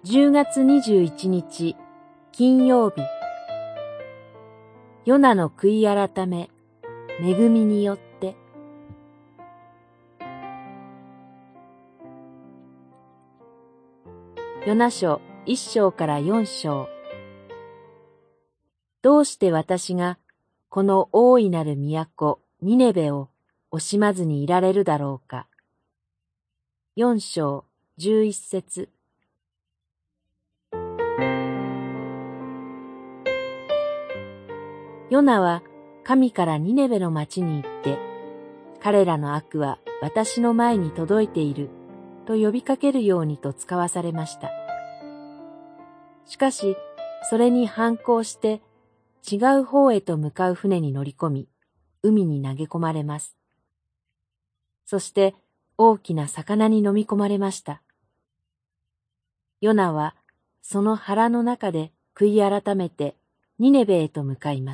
10月21日金曜日。ヨナの悔い改め、恵みによって。ヨナ書1章から4章。どうして私がこの大いなる都ニネベを惜しまずにいられるだろうか。4章11節。ヨナは神からニネベの町に行って、彼らの悪は私の前に届いていると呼びかけるようにと使わされました。しかし、それに反抗して違う方へと向かう船に乗り込み、海に投げ込まれます。そして大きな魚に飲み込まれました。ヨナはその腹の中で悔い改めてニネベへと向かいます。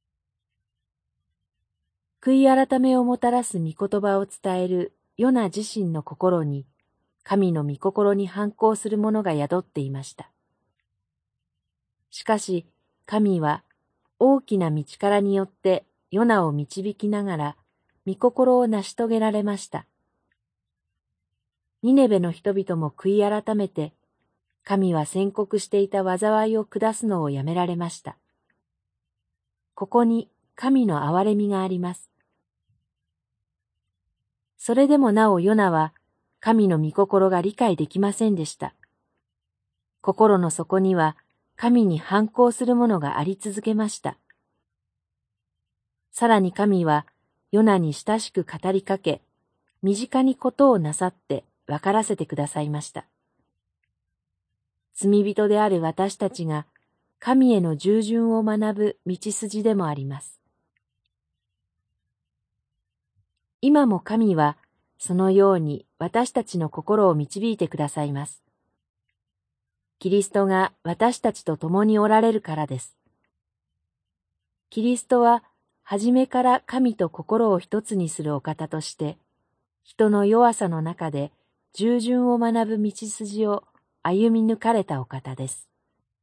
悔い改めをもたらす御言葉を伝えるヨナ自身の心に、神の御心に反抗するものが宿っていました。しかし、神は大きな道からによってヨナを導きながら、御心を成し遂げられました。ニネベの人々も悔い改めて、神は宣告していた災いを下すのをやめられました。ここに神の憐れみがあります。それでもなおヨナは神の御心が理解できませんでした。心の底には神に反抗するものがあり続けました。さらに神はヨナに親しく語りかけ、身近にことをなさって分からせてくださいました。罪人である私たちが神への従順を学ぶ道筋でもあります。今も神はそのように私たちの心を導いてくださいます。キリストが私たちと共におられるからです。キリストは初めから神と心を一つにするお方として、人の弱さの中で従順を学ぶ道筋を歩み抜かれたお方です。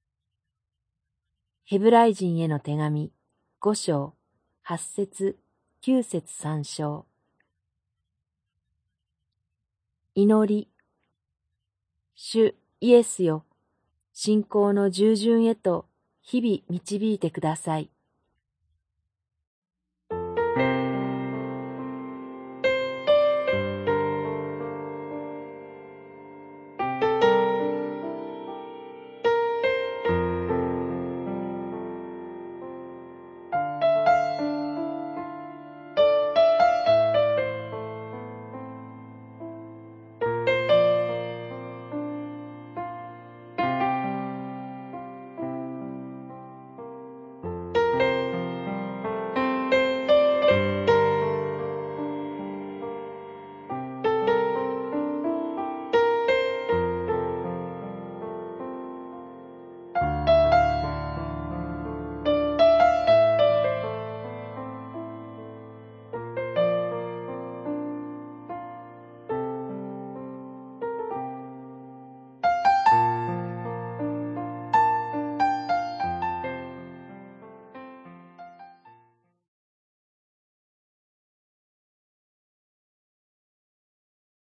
ヘブライ人への手紙5章8節9節3章。祈り。主イエスよ、信仰の従順へと日々導いてください。